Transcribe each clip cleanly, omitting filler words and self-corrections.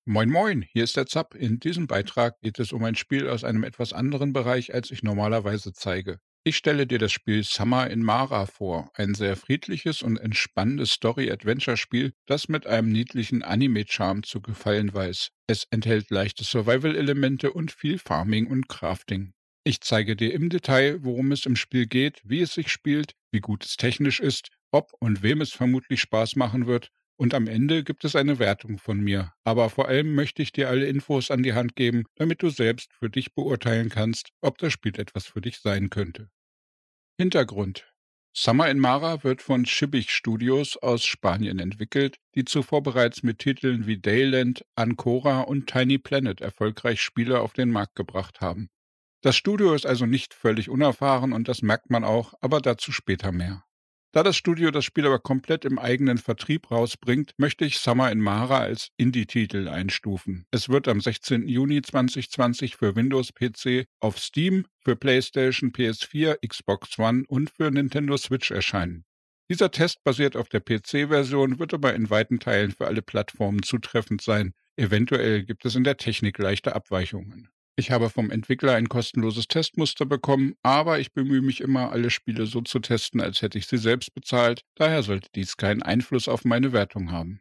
Moin Moin, hier ist der Zapp. In diesem Beitrag geht es um ein Spiel aus einem etwas anderen Bereich, als ich normalerweise zeige. Ich stelle dir das Spiel Summer in Mara vor, ein sehr friedliches und entspannendes Story-Adventure-Spiel, das mit einem niedlichen Anime-Charme zu gefallen weiß. Es enthält leichte Survival-Elemente und viel Farming und Crafting. Ich zeige dir im Detail, worum es im Spiel geht, wie es sich spielt, wie gut es technisch ist, ob und wem es vermutlich Spaß machen wird und am Ende gibt es eine Wertung von mir. Aber vor allem möchte ich dir alle Infos an die Hand geben, damit du selbst für dich beurteilen kannst, ob das Spiel etwas für dich sein könnte. Hintergrund: Summer in Mara wird von Schibbich Studios aus Spanien entwickelt, die zuvor bereits mit Titeln wie Dayland, Ancora und Tiny Planet erfolgreich Spiele auf den Markt gebracht haben. Das Studio ist also nicht völlig unerfahren und das merkt man auch, aber dazu später mehr. Da das Studio das Spiel aber komplett im eigenen Vertrieb rausbringt, möchte ich Summer in Mara als Indie-Titel einstufen. Es wird am 16. Juni 2020 für Windows-PC, auf Steam, für PlayStation, PS4, Xbox One und für Nintendo Switch erscheinen. Dieser Test basiert auf der PC-Version, wird aber in weiten Teilen für alle Plattformen zutreffend sein. Eventuell gibt es in der Technik leichte Abweichungen. Ich habe vom Entwickler ein kostenloses Testmuster bekommen, aber ich bemühe mich immer, alle Spiele so zu testen, als hätte ich sie selbst bezahlt, daher sollte dies keinen Einfluss auf meine Wertung haben.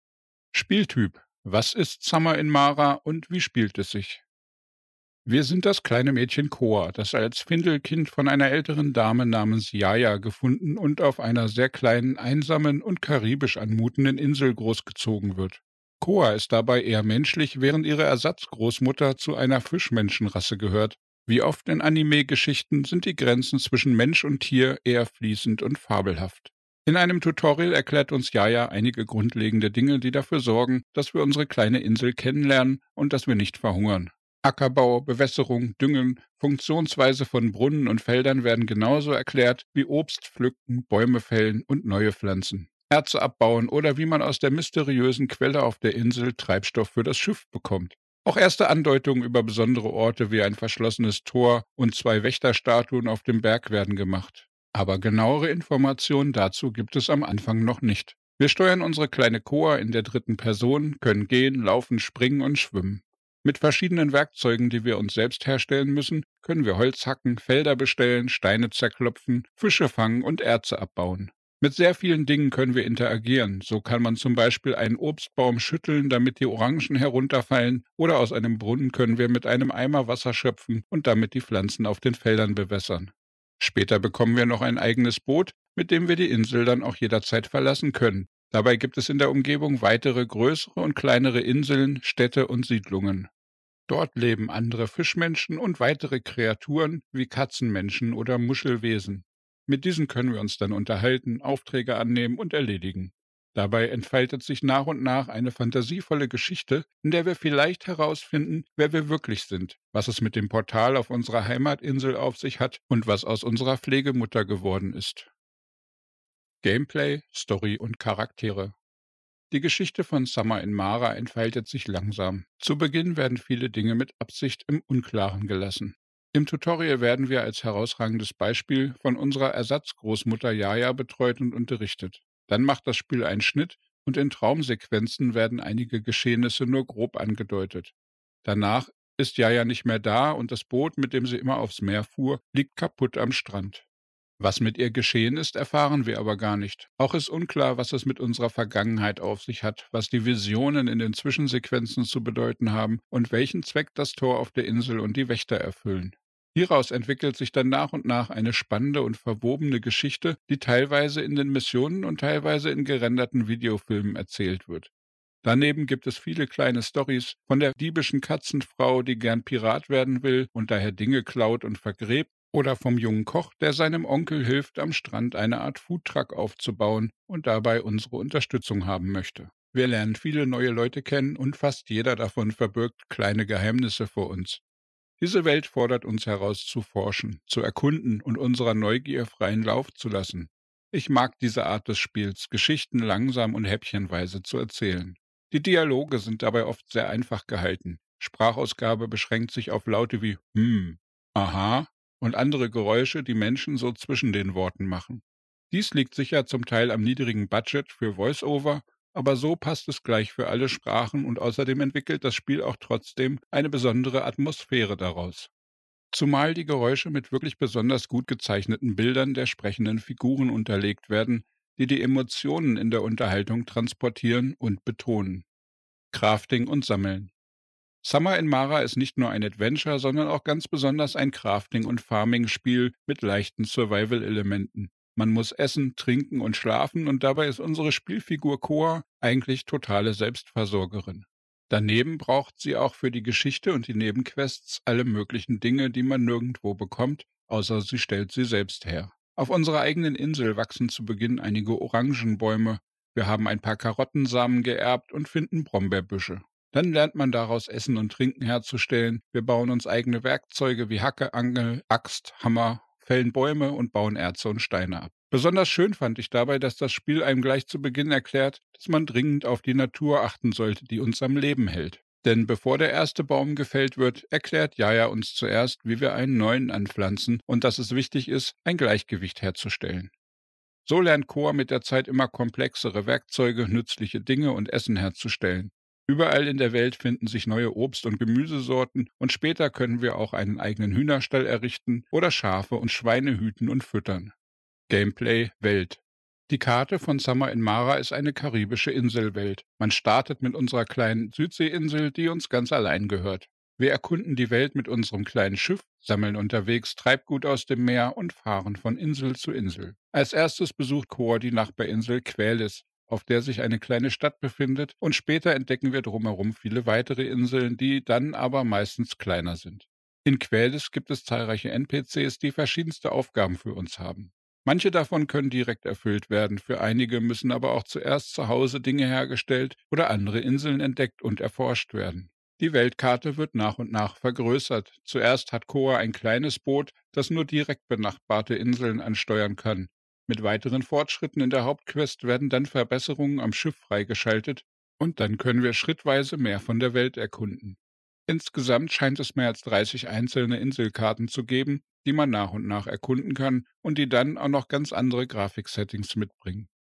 Spieltyp: Was ist Summer in Mara und wie spielt es sich? Wir sind das kleine Mädchen Koa, das als Findelkind von einer älteren Dame namens Yaya gefunden und auf einer sehr kleinen, einsamen und karibisch anmutenden Insel großgezogen wird. Koa ist dabei eher menschlich, während ihre Ersatzgroßmutter zu einer Fischmenschenrasse gehört. Wie oft in Anime-Geschichten sind die Grenzen zwischen Mensch und Tier eher fließend und fabelhaft. In einem Tutorial erklärt uns Yaya einige grundlegende Dinge, die dafür sorgen, dass wir unsere kleine Insel kennenlernen und dass wir nicht verhungern. Ackerbau, Bewässerung, Düngen, Funktionsweise von Brunnen und Feldern werden genauso erklärt wie Obst pflücken, Bäume fällen und neue Pflanzen. Erze abbauen oder wie man aus der mysteriösen Quelle auf der Insel Treibstoff für das Schiff bekommt. Auch erste Andeutungen über besondere Orte wie ein verschlossenes Tor und zwei Wächterstatuen auf dem Berg werden gemacht. Aber genauere Informationen dazu gibt es am Anfang noch nicht. Wir steuern unsere kleine Koa in der dritten Person, können gehen, laufen, springen und schwimmen. Mit verschiedenen Werkzeugen, die wir uns selbst herstellen müssen, können wir Holz hacken, Felder bestellen, Steine zerklopfen, Fische fangen und Erze abbauen. Mit sehr vielen Dingen können wir interagieren. So kann man zum Beispiel einen Obstbaum schütteln, damit die Orangen herunterfallen, oder aus einem Brunnen können wir mit einem Eimer Wasser schöpfen und damit die Pflanzen auf den Feldern bewässern. Später bekommen wir noch ein eigenes Boot, mit dem wir die Insel dann auch jederzeit verlassen können. Dabei gibt es in der Umgebung weitere größere und kleinere Inseln, Städte und Siedlungen. Dort leben andere Fischmenschen und weitere Kreaturen wie Katzenmenschen oder Muschelwesen. Mit diesen können wir uns dann unterhalten, Aufträge annehmen und erledigen. Dabei entfaltet sich nach und nach eine fantasievolle Geschichte, in der wir vielleicht herausfinden, wer wir wirklich sind, was es mit dem Portal auf unserer Heimatinsel auf sich hat und was aus unserer Pflegemutter geworden ist. Gameplay, Story und Charaktere. Die Geschichte von Summer in Mara entfaltet sich langsam. Zu Beginn werden viele Dinge mit Absicht im Unklaren gelassen. Im Tutorial werden wir als herausragendes Beispiel von unserer Ersatzgroßmutter Yaya betreut und unterrichtet. Dann macht das Spiel einen Schnitt und in Traumsequenzen werden einige Geschehnisse nur grob angedeutet. Danach ist Yaya nicht mehr da und das Boot, mit dem sie immer aufs Meer fuhr, liegt kaputt am Strand. Was mit ihr geschehen ist, erfahren wir aber gar nicht. Auch ist unklar, was es mit unserer Vergangenheit auf sich hat, was die Visionen in den Zwischensequenzen zu bedeuten haben und welchen Zweck das Tor auf der Insel und die Wächter erfüllen. Hieraus entwickelt sich dann nach und nach eine spannende und verwobene Geschichte, die teilweise in den Missionen und teilweise in gerenderten Videofilmen erzählt wird. Daneben gibt es viele kleine Storys von der diebischen Katzenfrau, die gern Pirat werden will und daher Dinge klaut und vergräbt, oder vom jungen Koch, der seinem Onkel hilft, am Strand eine Art Foodtruck aufzubauen und dabei unsere Unterstützung haben möchte. Wir lernen viele neue Leute kennen und fast jeder davon verbirgt kleine Geheimnisse vor uns. Diese Welt fordert uns heraus zu forschen, zu erkunden und unserer Neugier freien Lauf zu lassen. Ich mag diese Art des Spiels, Geschichten langsam und häppchenweise zu erzählen. Die Dialoge sind dabei oft sehr einfach gehalten. Sprachausgabe beschränkt sich auf Laute wie aha und andere Geräusche, die Menschen so zwischen den Worten machen. Dies liegt sicher zum Teil am niedrigen Budget für Voice-Over, aber so passt es gleich für alle Sprachen und außerdem entwickelt das Spiel auch trotzdem eine besondere Atmosphäre daraus. Zumal die Geräusche mit wirklich besonders gut gezeichneten Bildern der sprechenden Figuren unterlegt werden, die die Emotionen in der Unterhaltung transportieren und betonen. Crafting und Sammeln. Summer in Mara ist nicht nur ein Adventure, sondern auch ganz besonders ein Crafting- und Farming-Spiel mit leichten Survival-Elementen. Man muss essen, trinken und schlafen und dabei ist unsere Spielfigur Koa eigentlich totale Selbstversorgerin. Daneben braucht sie auch für die Geschichte und die Nebenquests alle möglichen Dinge, die man nirgendwo bekommt, außer sie stellt sie selbst her. Auf unserer eigenen Insel wachsen zu Beginn einige Orangenbäume. Wir haben ein paar Karottensamen geerbt und finden Brombeerbüsche. Dann lernt man daraus Essen und Trinken herzustellen. Wir bauen uns eigene Werkzeuge wie Hacke, Angel, Axt, Hammer, fällen Bäume und bauen Erze und Steine ab. Besonders schön fand ich dabei, dass das Spiel einem gleich zu Beginn erklärt, dass man dringend auf die Natur achten sollte, die uns am Leben hält. Denn bevor der erste Baum gefällt wird, erklärt Jaja uns zuerst, wie wir einen neuen anpflanzen und dass es wichtig ist, ein Gleichgewicht herzustellen. So lernt Koa mit der Zeit immer komplexere Werkzeuge, nützliche Dinge und Essen herzustellen. Überall in der Welt finden sich neue Obst- und Gemüsesorten und später können wir auch einen eigenen Hühnerstall errichten oder Schafe und Schweine hüten und füttern. Gameplay Welt. Die Karte von Summer in Mara ist eine karibische Inselwelt. Man startet mit unserer kleinen Südseeinsel, die uns ganz allein gehört. Wir erkunden die Welt mit unserem kleinen Schiff, sammeln unterwegs Treibgut aus dem Meer und fahren von Insel zu Insel. Als erstes besucht Koa die Nachbarinsel Quelis, auf der sich eine kleine Stadt befindet, und später entdecken wir drumherum viele weitere Inseln, die dann aber meistens kleiner sind. In Quelis gibt es zahlreiche NPCs, die verschiedenste Aufgaben für uns haben. Manche davon können direkt erfüllt werden, für einige müssen aber auch zuerst zu Hause Dinge hergestellt oder andere Inseln entdeckt und erforscht werden. Die Weltkarte wird nach und nach vergrößert. Zuerst hat Koa ein kleines Boot, das nur direkt benachbarte Inseln ansteuern kann. Mit weiteren Fortschritten in der Hauptquest werden dann Verbesserungen am Schiff freigeschaltet und dann können wir schrittweise mehr von der Welt erkunden. Insgesamt scheint es mehr als 30 einzelne Inselkarten zu geben, die man nach und nach erkunden kann und die dann auch noch ganz andere Grafiksettings mitbringen.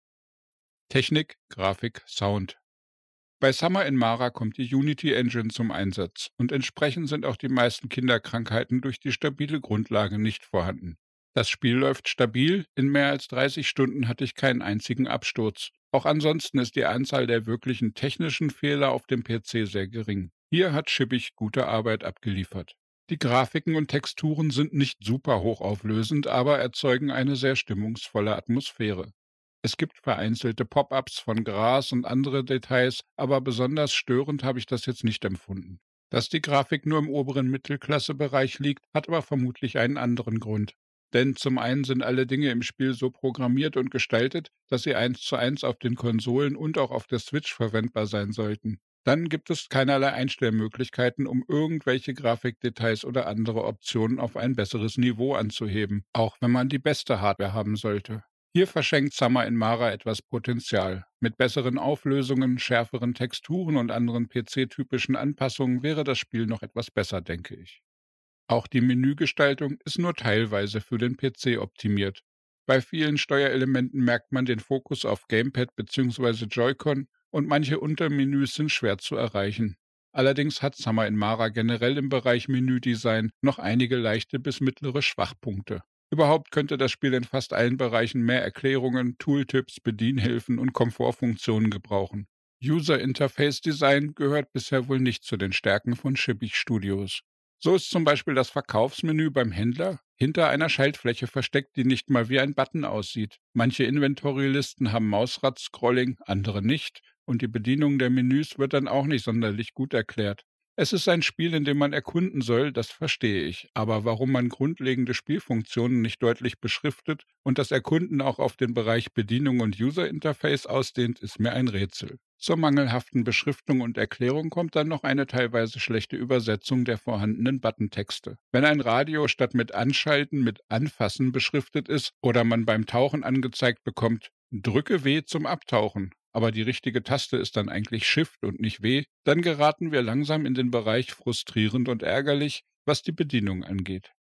Technik, Grafik, Sound. Bei Summer in Mara kommt die Unity Engine zum Einsatz und entsprechend sind auch die meisten Kinderkrankheiten durch die stabile Grundlage nicht vorhanden. Das Spiel läuft stabil, in mehr als 30 Stunden hatte ich keinen einzigen Absturz. Auch ansonsten ist die Anzahl der wirklichen technischen Fehler auf dem PC sehr gering. Hier hat Schippig gute Arbeit abgeliefert. Die Grafiken und Texturen sind nicht super hochauflösend, aber erzeugen eine sehr stimmungsvolle Atmosphäre. Es gibt vereinzelte Pop-ups von Gras und andere Details, aber besonders störend habe ich das jetzt nicht empfunden. Dass die Grafik nur im oberen Mittelklassebereich liegt, hat aber vermutlich einen anderen Grund. Denn zum einen sind alle Dinge im Spiel so programmiert und gestaltet, dass sie 1:1 auf den Konsolen und auch auf der Switch verwendbar sein sollten. Dann gibt es keinerlei Einstellmöglichkeiten, um irgendwelche Grafikdetails oder andere Optionen auf ein besseres Niveau anzuheben, auch wenn man die beste Hardware haben sollte. Hier verschenkt Summer in Mara etwas Potenzial. Mit besseren Auflösungen, schärferen Texturen und anderen PC-typischen Anpassungen wäre das Spiel noch etwas besser, denke ich. Auch die Menügestaltung ist nur teilweise für den PC optimiert. Bei vielen Steuerelementen merkt man den Fokus auf Gamepad bzw. Joy-Con und manche Untermenüs sind schwer zu erreichen. Allerdings hat Summer in Mara generell im Bereich Menüdesign noch einige leichte bis mittlere Schwachpunkte. Überhaupt könnte das Spiel in fast allen Bereichen mehr Erklärungen, Tooltips, Bedienhilfen und Komfortfunktionen gebrauchen. User Interface Design gehört bisher wohl nicht zu den Stärken von Schippig Studios. So ist zum Beispiel das Verkaufsmenü beim Händler hinter einer Schaltfläche versteckt, die nicht mal wie ein Button aussieht. Manche Inventory-Listen haben Mausrad-Scrolling, andere nicht, und die Bedienung der Menüs wird dann auch nicht sonderlich gut erklärt. Es ist ein Spiel, in dem man erkunden soll, das verstehe ich. Aber warum man grundlegende Spielfunktionen nicht deutlich beschriftet und das Erkunden auch auf den Bereich Bedienung und User Interface ausdehnt, ist mir ein Rätsel. Zur mangelhaften Beschriftung und Erklärung kommt dann noch eine teilweise schlechte Übersetzung der vorhandenen Buttentexte. Wenn ein Radio statt mit Anschalten mit Anfassen beschriftet ist oder man beim Tauchen angezeigt bekommt, drücke W zum Abtauchen, aber die richtige Taste ist dann eigentlich Shift und nicht W, dann geraten wir langsam in den Bereich frustrierend und ärgerlich, was die Bedienung angeht.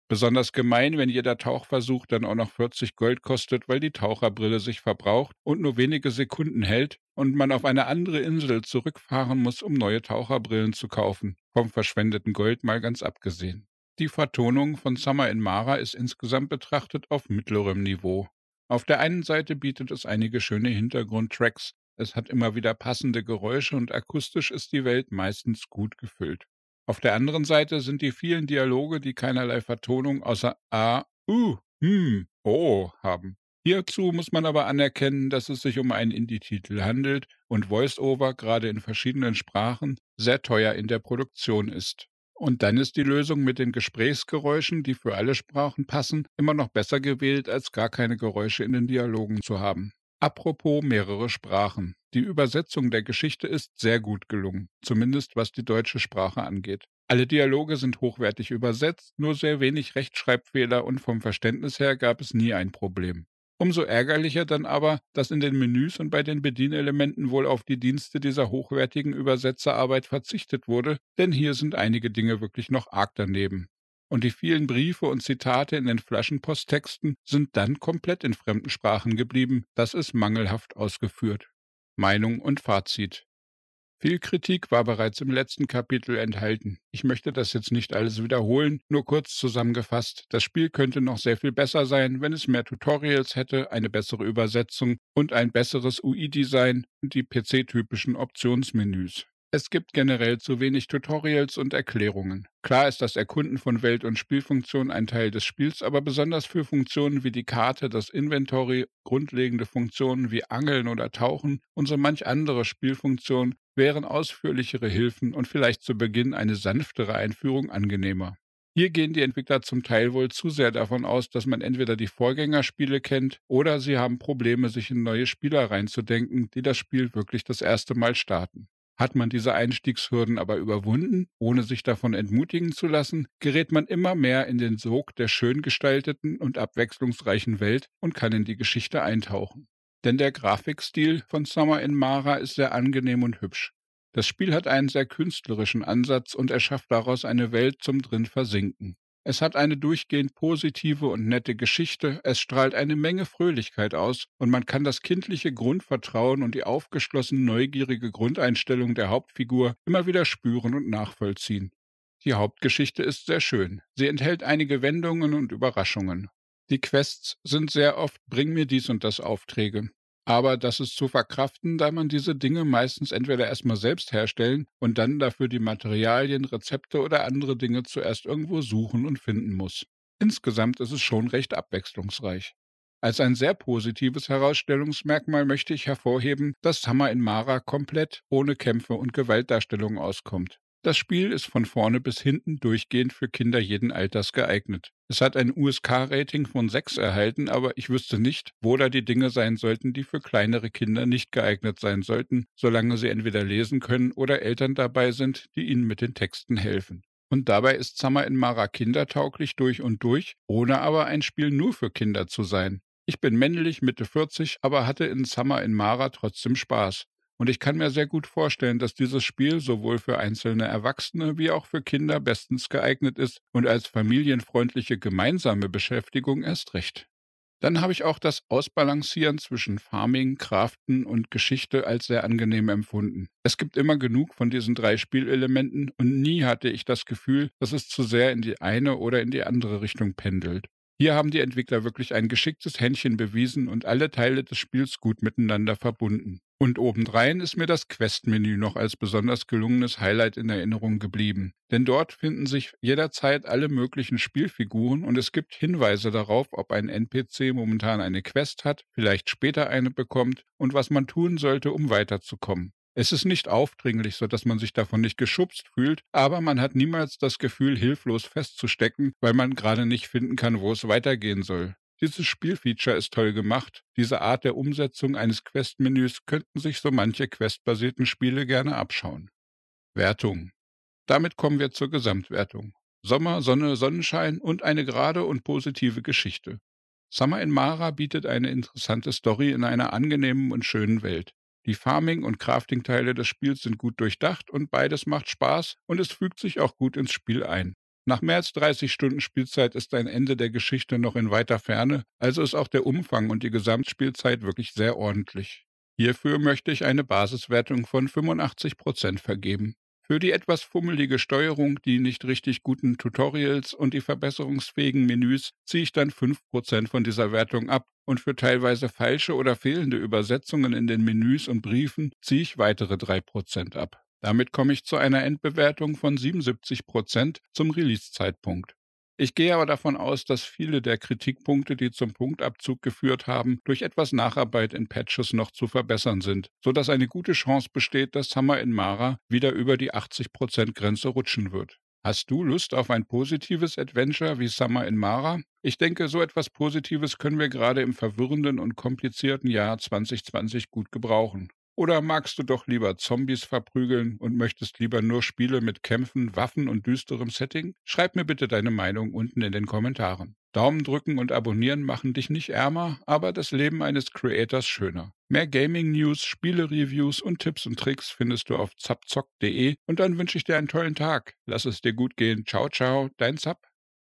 Besonders gemein, wenn jeder Tauchversuch dann auch noch 40 Gold kostet, weil die Taucherbrille sich verbraucht und nur wenige Sekunden hält und man auf eine andere Insel zurückfahren muss, um neue Taucherbrillen zu kaufen. Vom verschwendeten Gold mal ganz abgesehen. Die Vertonung von Summer in Mara ist insgesamt betrachtet auf mittlerem Niveau. Auf der einen Seite bietet es einige schöne Hintergrundtracks, es hat immer wieder passende Geräusche und akustisch ist die Welt meistens gut gefüllt. Auf der anderen Seite sind die vielen Dialoge, die keinerlei Vertonung außer A, Oh haben. Hierzu muss man aber anerkennen, dass es sich um einen Indie-Titel handelt und Voice-Over gerade in verschiedenen Sprachen sehr teuer in der Produktion ist. Und dann ist die Lösung mit den Gesprächsgeräuschen, die für alle Sprachen passen, immer noch besser gewählt, als gar keine Geräusche in den Dialogen zu haben. Apropos mehrere Sprachen. Die Übersetzung der Geschichte ist sehr gut gelungen, zumindest was die deutsche Sprache angeht. Alle Dialoge sind hochwertig übersetzt, nur sehr wenig Rechtschreibfehler und vom Verständnis her gab es nie ein Problem. Umso ärgerlicher dann aber, dass in den Menüs und bei den Bedienelementen wohl auf die Dienste dieser hochwertigen Übersetzerarbeit verzichtet wurde, denn hier sind einige Dinge wirklich noch arg daneben. Und die vielen Briefe und Zitate in den Flaschenposttexten sind dann komplett in fremden Sprachen geblieben, das ist mangelhaft ausgeführt. Meinung und Fazit. Viel Kritik war bereits im letzten Kapitel enthalten. Ich möchte das jetzt nicht alles wiederholen, nur kurz zusammengefasst. Das Spiel könnte noch sehr viel besser sein, wenn es mehr Tutorials hätte, eine bessere Übersetzung und ein besseres UI-Design und die PC-typischen Optionsmenüs. Es gibt generell zu wenig Tutorials und Erklärungen. Klar ist das Erkunden von Welt- und Spielfunktionen ein Teil des Spiels, aber besonders für Funktionen wie die Karte, das Inventory, grundlegende Funktionen wie Angeln oder Tauchen und so manch andere Spielfunktionen wären ausführlichere Hilfen und vielleicht zu Beginn eine sanftere Einführung angenehmer. Hier gehen die Entwickler zum Teil wohl zu sehr davon aus, dass man entweder die Vorgängerspiele kennt oder sie haben Probleme, sich in neue Spieler reinzudenken, die das Spiel wirklich das erste Mal starten. Hat man diese Einstiegshürden aber überwunden, ohne sich davon entmutigen zu lassen, gerät man immer mehr in den Sog der schön gestalteten und abwechslungsreichen Welt und kann in die Geschichte eintauchen. Denn der Grafikstil von Summer in Mara ist sehr angenehm und hübsch. Das Spiel hat einen sehr künstlerischen Ansatz und erschafft daraus eine Welt zum drin Versinken. Es hat eine durchgehend positive und nette Geschichte, es strahlt eine Menge Fröhlichkeit aus und man kann das kindliche Grundvertrauen und die aufgeschlossen neugierige Grundeinstellung der Hauptfigur immer wieder spüren und nachvollziehen. Die Hauptgeschichte ist sehr schön. Sie enthält einige Wendungen und Überraschungen. Die Quests sind sehr oft Bring mir dies und das Aufträge. Aber das ist zu verkraften, da man diese Dinge meistens entweder erstmal selbst herstellen und dann dafür die Materialien, Rezepte oder andere Dinge zuerst irgendwo suchen und finden muss. Insgesamt ist es schon recht abwechslungsreich. Als ein sehr positives Herausstellungsmerkmal möchte ich hervorheben, dass Summer in Mara komplett ohne Kämpfe und Gewaltdarstellungen auskommt. Das Spiel ist von vorne bis hinten durchgehend für Kinder jeden Alters geeignet. Es hat ein USK-Rating von 6 erhalten, aber ich wüsste nicht, wo da die Dinge sein sollten, die für kleinere Kinder nicht geeignet sein sollten, solange sie entweder lesen können oder Eltern dabei sind, die ihnen mit den Texten helfen. Und dabei ist Summer in Mara kindertauglich durch und durch, ohne aber ein Spiel nur für Kinder zu sein. Ich bin männlich, Mitte 40, aber hatte in Summer in Mara trotzdem Spaß. Und ich kann mir sehr gut vorstellen, dass dieses Spiel sowohl für einzelne Erwachsene wie auch für Kinder bestens geeignet ist und als familienfreundliche gemeinsame Beschäftigung erst recht. Dann habe ich auch das Ausbalancieren zwischen Farming, Craften und Geschichte als sehr angenehm empfunden. Es gibt immer genug von diesen 3 Spielelementen und nie hatte ich das Gefühl, dass es zu sehr in die eine oder in die andere Richtung pendelt. Hier haben die Entwickler wirklich ein geschicktes Händchen bewiesen und alle Teile des Spiels gut miteinander verbunden. Und obendrein ist mir das Quest-Menü noch als besonders gelungenes Highlight in Erinnerung geblieben. Denn dort finden sich jederzeit alle möglichen Spielfiguren und es gibt Hinweise darauf, ob ein NPC momentan eine Quest hat, vielleicht später eine bekommt und was man tun sollte, um weiterzukommen. Es ist nicht aufdringlich, sodass man sich davon nicht geschubst fühlt, aber man hat niemals das Gefühl, hilflos festzustecken, weil man gerade nicht finden kann, wo es weitergehen soll. Dieses Spielfeature ist toll gemacht. Diese Art der Umsetzung eines Questmenüs könnten sich so manche questbasierten Spiele gerne abschauen. Wertung. Damit kommen wir zur Gesamtwertung. Sommer, Sonne, Sonnenschein und eine gerade und positive Geschichte. Summer in Mara bietet eine interessante Story in einer angenehmen und schönen Welt. Die Farming- und Crafting-Teile des Spiels sind gut durchdacht und beides macht Spaß und es fügt sich auch gut ins Spiel ein. Nach mehr als 30 Stunden Spielzeit ist ein Ende der Geschichte noch in weiter Ferne, also ist auch der Umfang und die Gesamtspielzeit wirklich sehr ordentlich. Hierfür möchte ich eine Basiswertung von 85% vergeben. Für die etwas fummelige Steuerung, die nicht richtig guten Tutorials und die verbesserungsfähigen Menüs ziehe ich dann 5% von dieser Wertung ab und für teilweise falsche oder fehlende Übersetzungen in den Menüs und Briefen ziehe ich weitere 3% ab. Damit komme ich zu einer Endbewertung von 77% zum Release-Zeitpunkt. Ich gehe aber davon aus, dass viele der Kritikpunkte, die zum Punktabzug geführt haben, durch etwas Nacharbeit in Patches noch zu verbessern sind, sodass eine gute Chance besteht, dass Summer in Mara wieder über die 80%-Grenze rutschen wird. Hast du Lust auf ein positives Adventure wie Summer in Mara? Ich denke, so etwas Positives können wir gerade im verwirrenden und komplizierten Jahr 2020 gut gebrauchen. Oder magst du doch lieber Zombies verprügeln und möchtest lieber nur Spiele mit Kämpfen, Waffen und düsterem Setting? Schreib mir bitte deine Meinung unten in den Kommentaren. Daumen drücken und abonnieren machen dich nicht ärmer, aber das Leben eines Creators schöner. Mehr Gaming-News, Spiele-Reviews und Tipps und Tricks findest du auf zapzock.de und dann wünsche ich dir einen tollen Tag. Lass es dir gut gehen. Ciao, ciao, dein Zap.